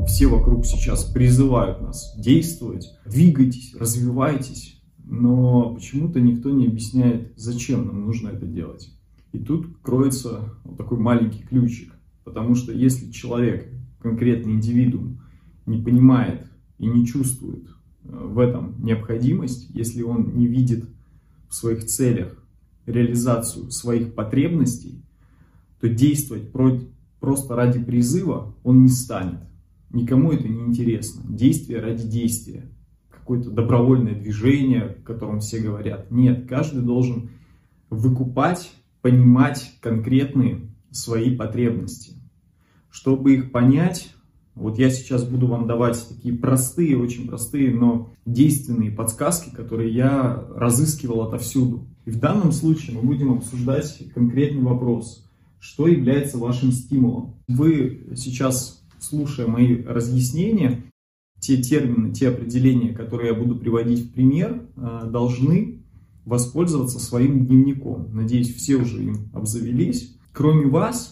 все вокруг сейчас призывают нас действовать, двигайтесь, развивайтесь, но почему-то никто не объясняет, зачем нам нужно это делать. И тут кроется вот такой маленький ключик, потому что если человек, конкретный индивидуум, не понимает и не чувствует в этом необходимость, если он не видит в своих целях реализацию своих потребностей, то действовать просто ради призыва он не станет. Никому это не интересно. Действие ради действия. Какое-то добровольное движение, о котором все говорят. Нет, каждый должен выкупать, понимать конкретные свои потребности. Чтобы их понять, вот я сейчас буду вам давать такие простые, очень простые, но действенные подсказки, которые я разыскивал отовсюду. И в данном случае мы будем обсуждать конкретный вопрос. Что является вашим стимулом? Вы сейчас, слушая мои разъяснения, те термины, те определения, которые я буду приводить в пример, должны воспользоваться своим дневником. Надеюсь, все уже им обзавелись. Кроме вас,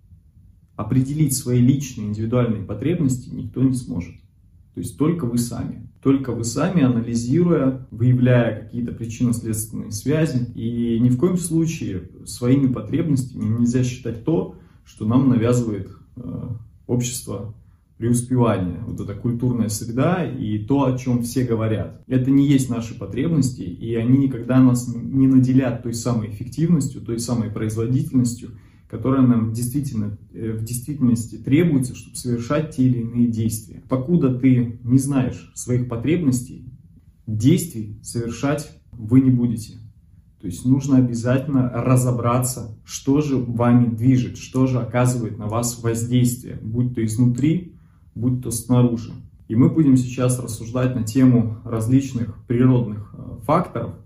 определить свои личные индивидуальные потребности никто не сможет. То есть только вы сами. Только вы сами, анализируя, выявляя какие-то причинно-следственные связи. И ни в коем случае своими потребностями нельзя считать то, что нам навязывает общество преуспевания. Вот эта культурная среда и то, о чем все говорят. Это не есть наши потребности, и они никогда нас не наделят той самой эффективностью, той самой производительностью, которая нам в действительности требуется, чтобы совершать те или иные действия. Покуда ты не знаешь своих потребностей, действий совершать вы не будете. То есть нужно обязательно разобраться, что же вами движет, что же оказывает на вас воздействие, будь то изнутри, будь то снаружи. И мы будем сейчас рассуждать на тему различных природных факторов,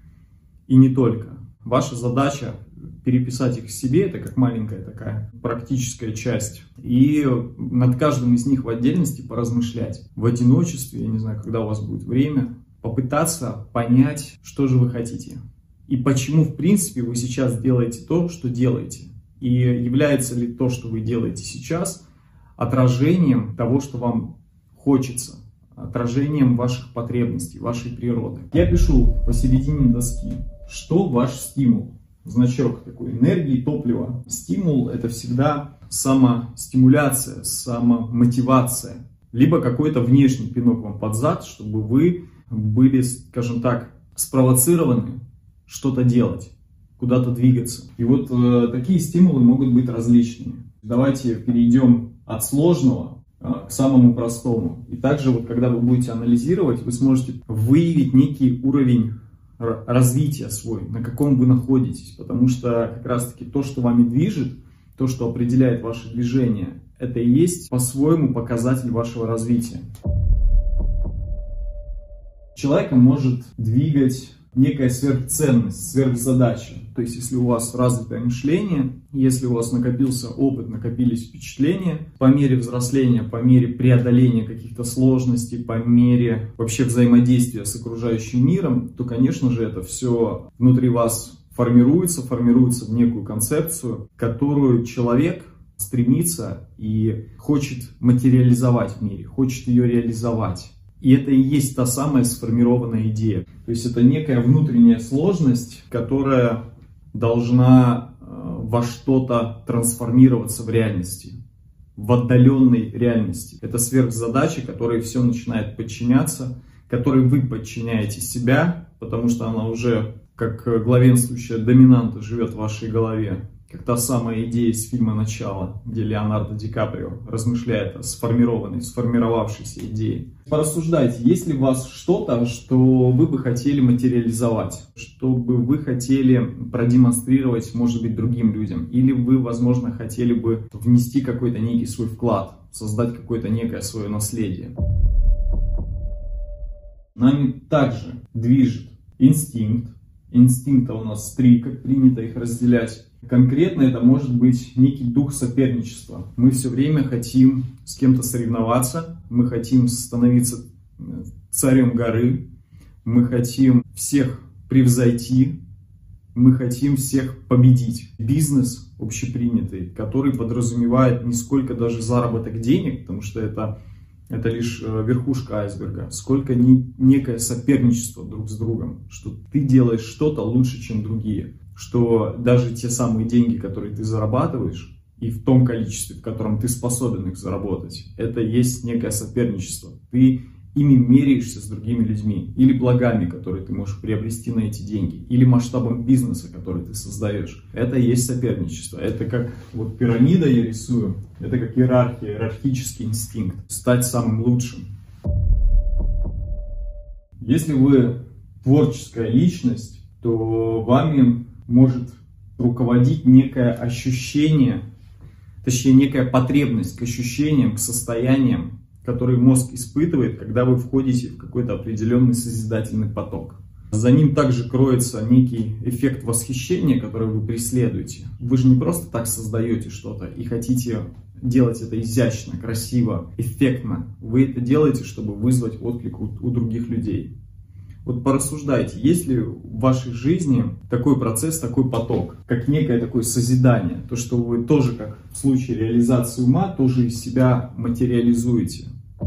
и не только. Ваша задача переписать их себе, это как маленькая такая практическая часть, и над каждым из них в отдельности поразмышлять. В одиночестве, я не знаю, когда у вас будет время, попытаться понять, что же вы хотите. И почему, в принципе, вы сейчас делаете то, что делаете. И является ли то, что вы делаете сейчас, отражением того, что вам хочется, отражением ваших потребностей, вашей природы. Я пишу посередине доски, что ваш стимул. Значок такой энергии, топлива. Стимул — это всегда самостимуляция, самомотивация. Либо какой-то внешний пинок вам под зад, чтобы вы были, скажем так, спровоцированы что-то делать, куда-то двигаться. И вот такие стимулы могут быть различными. Давайте перейдем от сложного к самому простому. И также, вот, когда вы будете анализировать, вы сможете выявить некий уровень развития свой, на каком вы находитесь, потому что как раз-таки то, что вами движет, то, что определяет ваше движение, это и есть по-своему показатель вашего развития. Человека может двигать некая сверхценность, сверхзадача. То есть, если у вас развитое мышление, если у вас накопился опыт, накопились впечатления, по мере взросления, по мере преодоления каких-то сложностей, по мере вообще взаимодействия с окружающим миром, то, конечно же, это все внутри вас формируется в некую концепцию, которую человек стремится и хочет материализовать в мире, хочет ее реализовать. И это и есть та самая сформированная идея. То есть это некая внутренняя сложность, которая должна во что-то трансформироваться в реальности, в отдаленной реальности. Это сверхзадача, которой все начинает подчиняться, которой вы подчиняете себя, потому что она уже как главенствующая доминанта живет в вашей голове. Как та самая идея из фильма «Начало», где Леонардо Ди Каприо размышляет о сформировавшейся идее. Порассуждайте, есть ли у вас что-то, что вы бы хотели материализовать, что бы вы хотели продемонстрировать, может быть, другим людям, или вы, возможно, хотели бы внести какой-то некий свой вклад, создать какое-то некое свое наследие. Нами также движет инстинкт. Инстинкта у нас 3, как принято их разделять. Конкретно это может быть некий дух соперничества. Мы все время хотим с кем-то соревноваться, мы хотим становиться царем горы, мы хотим всех превзойти, мы хотим всех победить. Бизнес общепринятый, который подразумевает не сколько даже заработок денег, потому что это это лишь верхушка айсберга. Сколько некое соперничество друг с другом, что ты делаешь что-то лучше, чем другие, что даже те самые деньги, которые ты зарабатываешь, и в том количестве, в котором ты способен их заработать, это есть некое соперничество. Ты ими меряешься с другими людьми, или благами, которые ты можешь приобрести на эти деньги, или масштабом бизнеса, который ты создаешь. Это и есть соперничество. Это как вот пирамида я рисую, это как иерархия, иерархический инстинкт, стать самым лучшим. Если вы творческая личность, то вами может руководить некое ощущение, точнее некая потребность к ощущениям, к состояниям, который мозг испытывает, когда вы входите в какой-то определенный созидательный поток. За ним также кроется некий эффект восхищения, который вы преследуете. Вы же не просто так создаете что-то и хотите делать это изящно, красиво, эффектно. Вы это делаете, чтобы вызвать отклик у других людей. Вот порассуждайте, есть ли в вашей жизни такой процесс, такой поток, как некое такое созидание, то, что вы тоже, как в случае реализации ума, тоже из себя материализуете.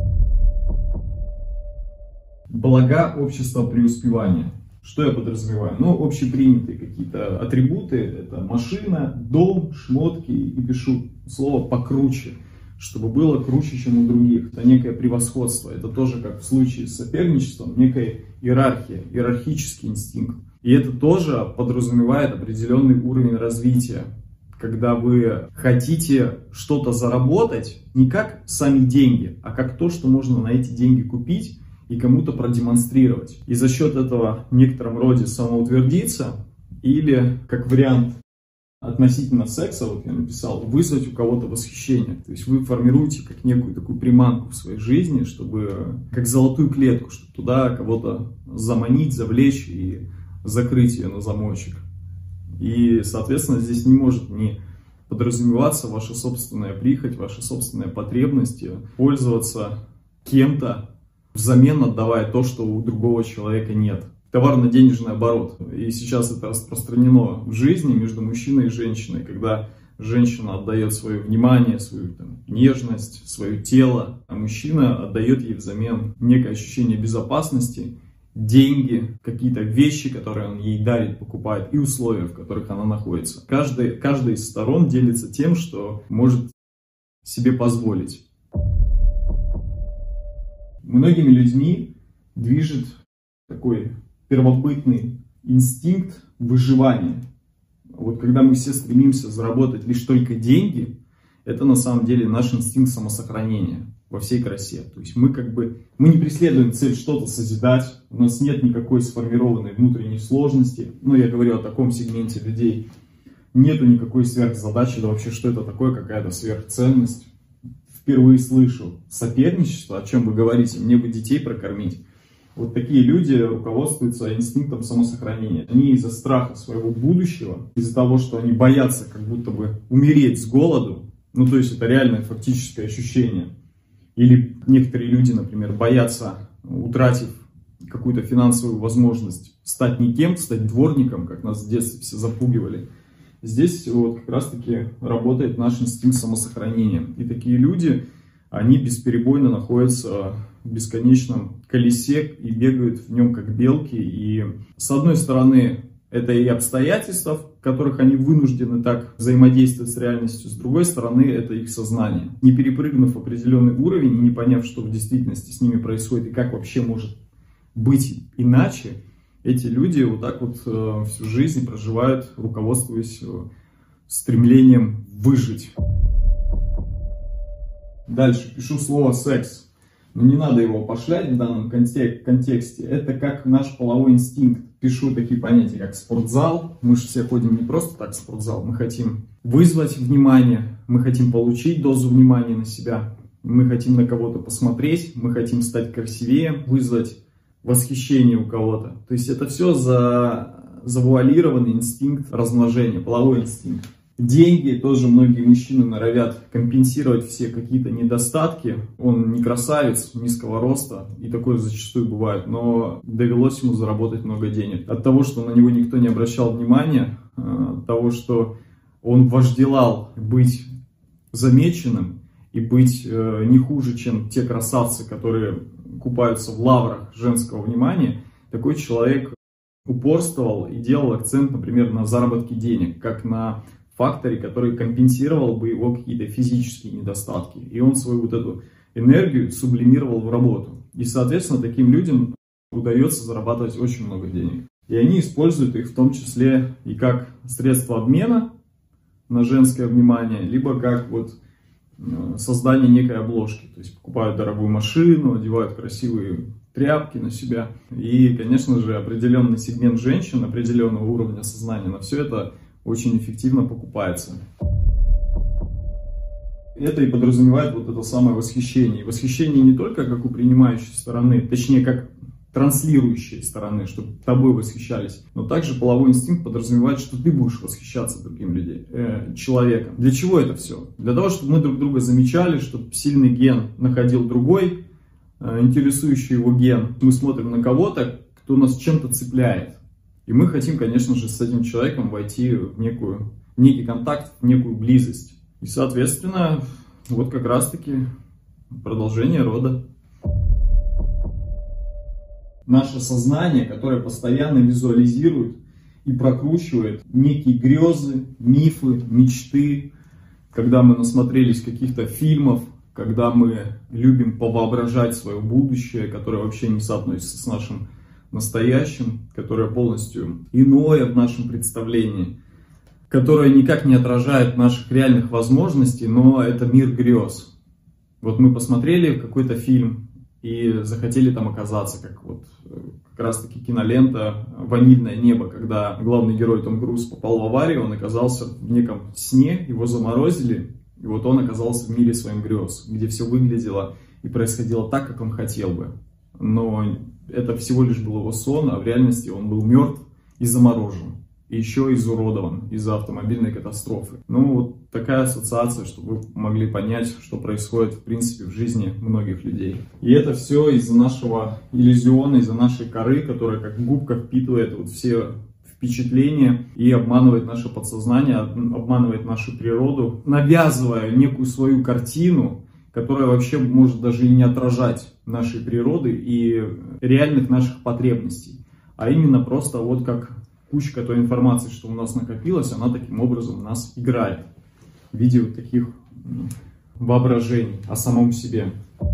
Блага общества преуспевания. Что я подразумеваю? Ну, общепринятые какие-то атрибуты, это машина, дом, шмотки, и пишу слово покруче, чтобы было круче, чем у других. Это некое превосходство. Это тоже, как в случае с соперничеством, некая иерархия, иерархический инстинкт. И это тоже подразумевает определенный уровень развития. Когда вы хотите что-то заработать не как сами деньги, а как то, что можно на эти деньги купить и кому-то продемонстрировать. И за счет этого в некотором роде самоутвердиться или, как вариант, относительно секса, вот я написал, вызвать у кого-то восхищение. То есть вы формируете как некую такую приманку в своей жизни, чтобы, как золотую клетку, чтобы туда кого-то заманить, завлечь и закрыть ее на замочек. И, соответственно, здесь не может не подразумеваться ваша собственная прихоть, ваша собственная потребность пользоваться кем-то, взамен отдавая то, что у другого человека нет. Товарно-денежный оборот. И сейчас это распространено в жизни между мужчиной и женщиной, когда женщина отдает свое внимание, свою нежность, свое тело, а мужчина отдает ей взамен некое ощущение безопасности, деньги, какие-то вещи, которые он ей дарит, покупает, и условия, в которых она находится. Каждая из сторон делится тем, что может себе позволить. Многими людьми движет такой первобытный инстинкт выживания. Вот когда мы все стремимся заработать лишь только деньги, это на самом деле наш инстинкт самосохранения во всей красе. То есть мы не преследуем цель что-то созидать, у нас нет никакой сформированной внутренней сложности. Ну, я говорю о таком сегменте людей. Нету никакой сверхзадачи, да вообще что это такое, какая-то сверхценность. Впервые слышу соперничество, о чем вы говорите, мне бы детей прокормить. Вот такие люди руководствуются инстинктом самосохранения. Они из-за страха своего будущего, из-за того, что они боятся как будто бы умереть с голоду, ну то есть это реальное фактическое ощущение. Или некоторые люди, например, боятся, утратив какую-то финансовую возможность, стать никем, стать дворником, как нас в детстве все запугивали. Здесь вот как раз-таки работает наш инстинкт самосохранения. И такие люди, они бесперебойно находятся в бесконечном колесе и бегают в нем как белки. И с одной стороны, это и обстоятельства, в которых они вынуждены так взаимодействовать с реальностью. С другой стороны, это их сознание. Не перепрыгнув определенный уровень и не поняв, что в действительности с ними происходит и как вообще может быть иначе, эти люди вот так вот всю жизнь проживают, руководствуясь стремлением выжить. Дальше пишу слово «секс». Но не надо его пошлять в данном контексте. Это как наш половой инстинкт. Пишу такие понятия, как спортзал. Мы же все ходим не просто так в спортзал. Мы хотим вызвать внимание, мы хотим получить дозу внимания на себя, мы хотим на кого-то посмотреть, мы хотим стать красивее, вызвать восхищение у кого-то. То есть это все завуалированный инстинкт размножения, половой инстинкт. Деньги тоже многие мужчины норовят компенсировать все какие-то недостатки. Он не красавец, низкого роста, и такое зачастую бывает, но довелось ему заработать много денег. От того, что на него никто не обращал внимания, от того, что он вожделал быть замеченным, и быть не хуже, чем те красавцы, которые купаются в лаврах женского внимания, такой человек упорствовал и делал акцент, например, на заработке денег, как на факторе, который компенсировал бы его какие-то физические недостатки. И он свою вот эту энергию сублимировал в работу. И, соответственно, таким людям удается зарабатывать очень много денег. И они используют их в том числе и как средство обмена на женское внимание, либо как вот создание некой обложки. То есть покупают дорогую машину, одевают красивые тряпки на себя. И, конечно же, определенный сегмент женщин, определенного уровня сознания на все это очень эффективно покупается. Это и подразумевает вот это самое восхищение. И восхищение не только как у принимающей стороны, точнее, как транслирующей стороны, чтобы тобой восхищались, но также половой инстинкт подразумевает, что ты будешь восхищаться другим человеком. Для чего это все? Для того, чтобы мы друг друга замечали, чтобы сильный ген находил другой, интересующий его ген. Мы смотрим на кого-то, кто нас чем-то цепляет. И мы хотим, конечно же, с этим человеком войти в некий контакт, в некую близость. И, соответственно, вот как раз-таки продолжение рода. Наше сознание, которое постоянно визуализирует и прокручивает некие грезы, мифы, мечты, когда мы насмотрелись каких-то фильмов, когда мы любим повоображать свое будущее, которое вообще не соотносится с нашим настоящим, которое полностью иное в нашем представлении, которое никак не отражает наших реальных возможностей, но это мир грез. Вот мы посмотрели какой-то фильм и захотели там оказаться, как раз таки кинолента «Ванильное небо», когда главный герой Том Круз попал в аварию, он оказался в неком сне, его заморозили, и вот он оказался в мире своих грез, где все выглядело и происходило так, как он хотел бы. Но это всего лишь был его сон, а в реальности он был мертв и заморожен. И еще изуродован из-за автомобильной катастрофы. Ну, вот такая ассоциация, чтобы вы могли понять, что происходит, в принципе, в жизни многих людей. И это все из-за нашего иллюзиона, из-за нашей коры, которая как губка впитывает вот все впечатления и обманывает наше подсознание, обманывает нашу природу, навязывая некую свою картину, которая вообще может даже и не отражать нашей природы и реальных наших потребностей. А именно просто вот как кучка той информации, что у нас накопилась, она таким образом у нас играет в виде вот таких воображений о самом себе.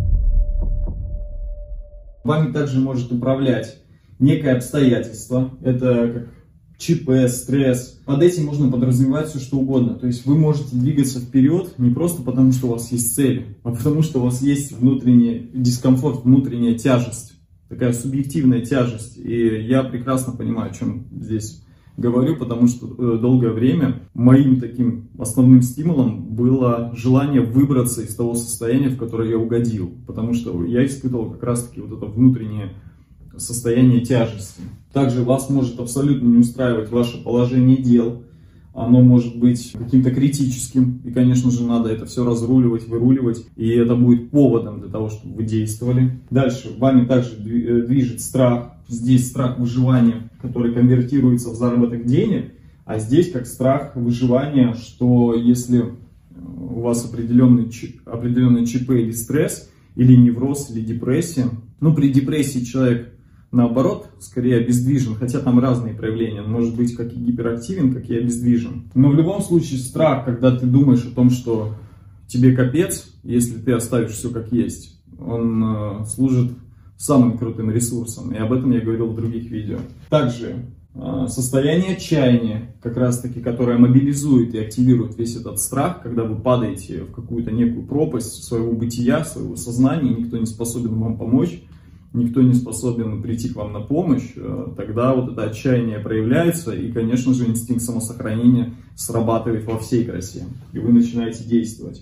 Вами также может управлять некое обстоятельство, это как ЧП, стресс. Под этим можно подразумевать все что угодно. То есть вы можете двигаться вперед не просто потому, что у вас есть цели, а потому, что у вас есть внутренний дискомфорт, внутренняя тяжесть. Такая субъективная тяжесть. И я прекрасно понимаю, о чем здесь говорю, потому что долгое время моим таким основным стимулом было желание выбраться из того состояния, в которое я угодил. Потому что я испытывал как раз-таки вот это внутреннее состояние тяжести. Также вас может абсолютно не устраивать ваше положение дел. Оно может быть каким-то критическим. И, конечно же, надо это все разруливать, выруливать. И это будет поводом для того, чтобы вы действовали. Дальше вами также движет страх. Здесь страх выживания, который конвертируется в заработок денег. А здесь как страх выживания, что если у вас определенный ЧП или стресс, или невроз, или депрессия. Ну, при депрессии человек наоборот, скорее обездвижен, хотя там разные проявления, он может быть как и гиперактивен, как и обездвижен. Но в любом случае страх, когда ты думаешь о том, что тебе капец, если ты оставишь все как есть, он служит самым крутым ресурсом, и об этом я говорил в других видео. Также состояние отчаяния, как раз таки, которое мобилизует и активирует весь этот страх, когда вы падаете в какую-то некую пропасть своего бытия, своего сознания, никто не способен вам помочь, никто не способен прийти к вам на помощь, тогда вот это отчаяние проявляется, и, конечно же, инстинкт самосохранения срабатывает во всей красе, и вы начинаете действовать.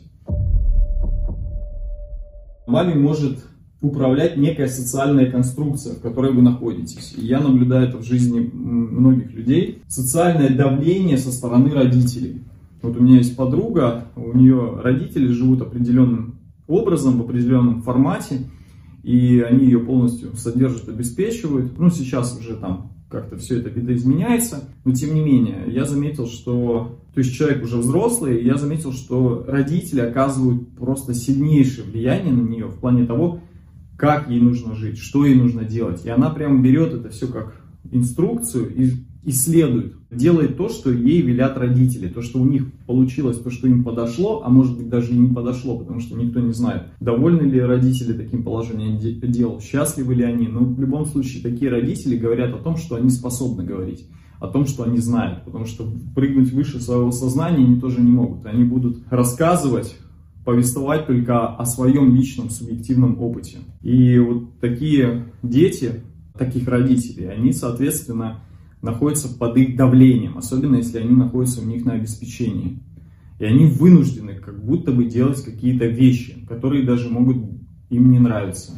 Вами может управлять некая социальная конструкция, в которой вы находитесь. И я наблюдаю это в жизни многих людей. Социальное давление со стороны родителей. Вот у меня есть подруга, у нее родители живут определенным образом, в определенном формате, и они ее полностью содержат, обеспечивают. Ну, сейчас уже там как-то все это видоизменяется, но тем не менее, я заметил, что То есть человек уже взрослый, и я заметил, что родители оказывают просто сильнейшее влияние на нее в плане того, как ей нужно жить, что ей нужно делать. И она прям берет это все как инструкцию и исследует, делает то, что ей велят родители, то, что у них получилось, то, что им подошло, а может быть даже и не подошло, потому что никто не знает, довольны ли родители таким положением дел, счастливы ли они. Но в любом случае такие родители говорят о том, что они способны говорить, о том, что они знают, потому что прыгнуть выше своего сознания они тоже не могут. Они будут рассказывать, повествовать только о своем личном субъективном опыте. И вот такие дети, таких родителей, они, соответственно, находятся под их давлением, особенно если они находятся у них на обеспечении. И они вынуждены как будто бы делать какие-то вещи, которые даже могут им не нравиться.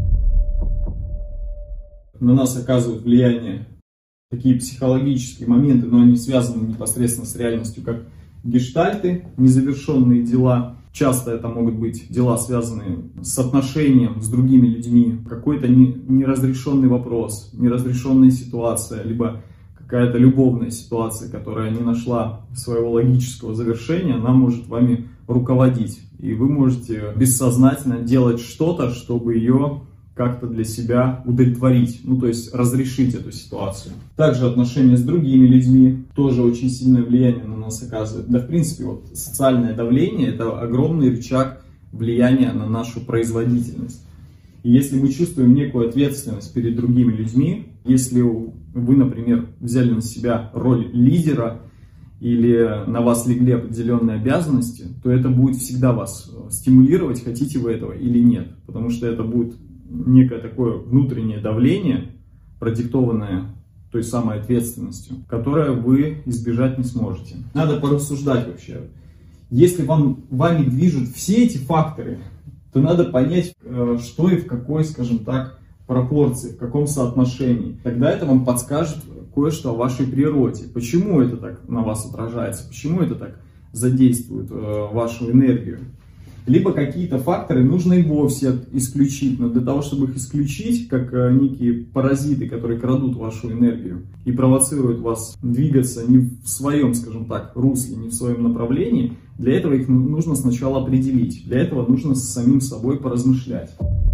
На нас оказывают влияние такие психологические моменты, но они связаны непосредственно с реальностью, как гештальты, незавершенные дела. Часто это могут быть дела, связанные с отношением с другими людьми, какой-то неразрешенный вопрос, неразрешенная ситуация, либо какая-то любовная ситуация, которая не нашла своего логического завершения, она может вами руководить. И вы можете бессознательно делать что-то, чтобы ее как-то для себя удовлетворить, ну то есть разрешить эту ситуацию. Также отношения с другими людьми тоже очень сильное влияние на нас оказывает. Да в принципе вот социальное давление — это огромный рычаг влияния на нашу производительность. И если мы чувствуем некую ответственность перед другими людьми, если вы, например, взяли на себя роль лидера или на вас легли определенные обязанности, то это будет всегда вас стимулировать, хотите вы этого или нет, потому что это будет некое такое внутреннее давление, продиктованное той самой ответственностью, которое вы избежать не сможете. Надо порассуждать вообще. Если вами движут все эти факторы, то надо понять, что и в какой, скажем так, пропорции, в каком соотношении. Тогда это вам подскажет кое-что о вашей природе. Почему это так на вас отражается, почему это так задействует вашу энергию. Либо какие-то факторы нужно и вовсе исключить, но для того, чтобы их исключить, как некие паразиты, которые крадут вашу энергию и провоцируют вас двигаться не в своем, скажем так, русле, не в своем направлении, для этого их нужно сначала определить. Для этого нужно с самим собой поразмышлять.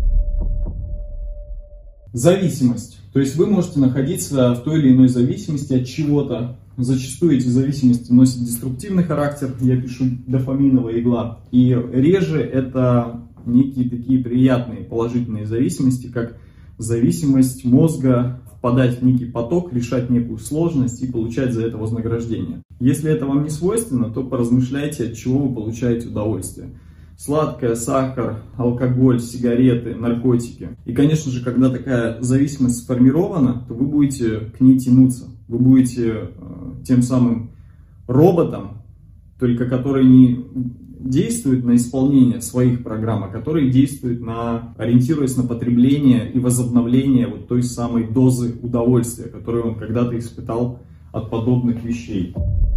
Зависимость. То есть вы можете находиться в той или иной зависимости от чего-то. Зачастую эти зависимости носят деструктивный характер, я пишу дофаминовая игла. И реже это некие такие приятные положительные зависимости, как зависимость мозга впадать в некий поток, решать некую сложность и получать за это вознаграждение. Если это вам не свойственно, то поразмышляйте, от чего вы получаете удовольствие. Сладкое, сахар, алкоголь, сигареты, наркотики. И, конечно же, когда такая зависимость сформирована, то вы будете к ней тянуться. Вы будете тем самым роботом, только который не действует на исполнение своих программ, а который действует ориентируясь на потребление и возобновление вот той самой дозы удовольствия, которую он когда-то испытал от подобных вещей.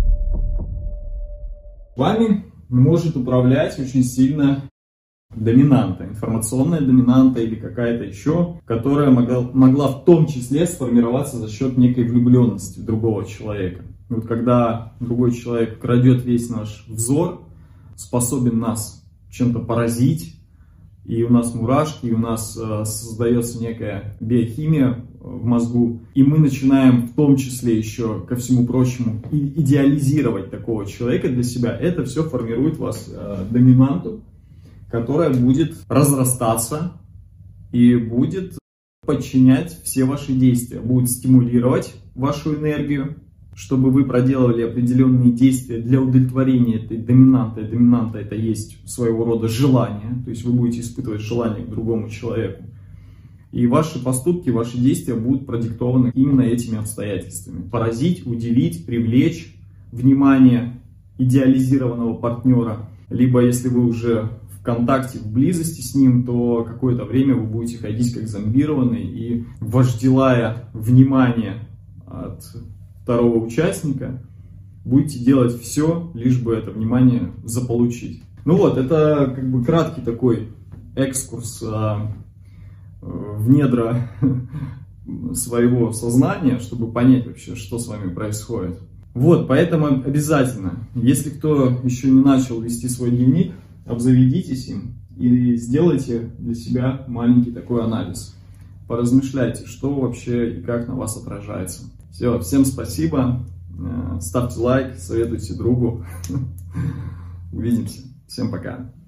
Вами может управлять очень сильно доминанта, информационная доминанта или какая-то еще, которая могла в том числе сформироваться за счет некой влюбленности в другого человека. Вот когда другой человек крадет весь наш взор, способен нас чем-то поразить, и у нас мурашки, и у нас создается некая биохимия в мозгу, и мы начинаем в том числе еще, ко всему прочему, идеализировать такого человека для себя, это все формирует в вас доминанту, которая будет разрастаться и будет подчинять все ваши действия, будет стимулировать вашу энергию, чтобы вы проделывали определенные действия для удовлетворения этой доминанты. Доминанта — это есть своего рода желание, то есть вы будете испытывать желание к другому человеку. И ваши поступки, ваши действия будут продиктованы именно этими обстоятельствами. Поразить, удивить, привлечь внимание идеализированного партнера. Либо если вы уже в контакте, в близости с ним, то какое-то время вы будете ходить как зомбированный и, вожделая внимание от второго участника, будете делать все, лишь бы это внимание заполучить. Ну вот, это как бы краткий такой экскурс в недра своего сознания, чтобы понять вообще, что с вами происходит. Вот, поэтому обязательно, если кто еще не начал вести свой дневник, обзаведитесь им и сделайте для себя маленький такой анализ. Поразмышляйте, что вообще и как на вас отражается. Все, всем спасибо, ставьте лайк, советуйте другу. Увидимся. Всем пока.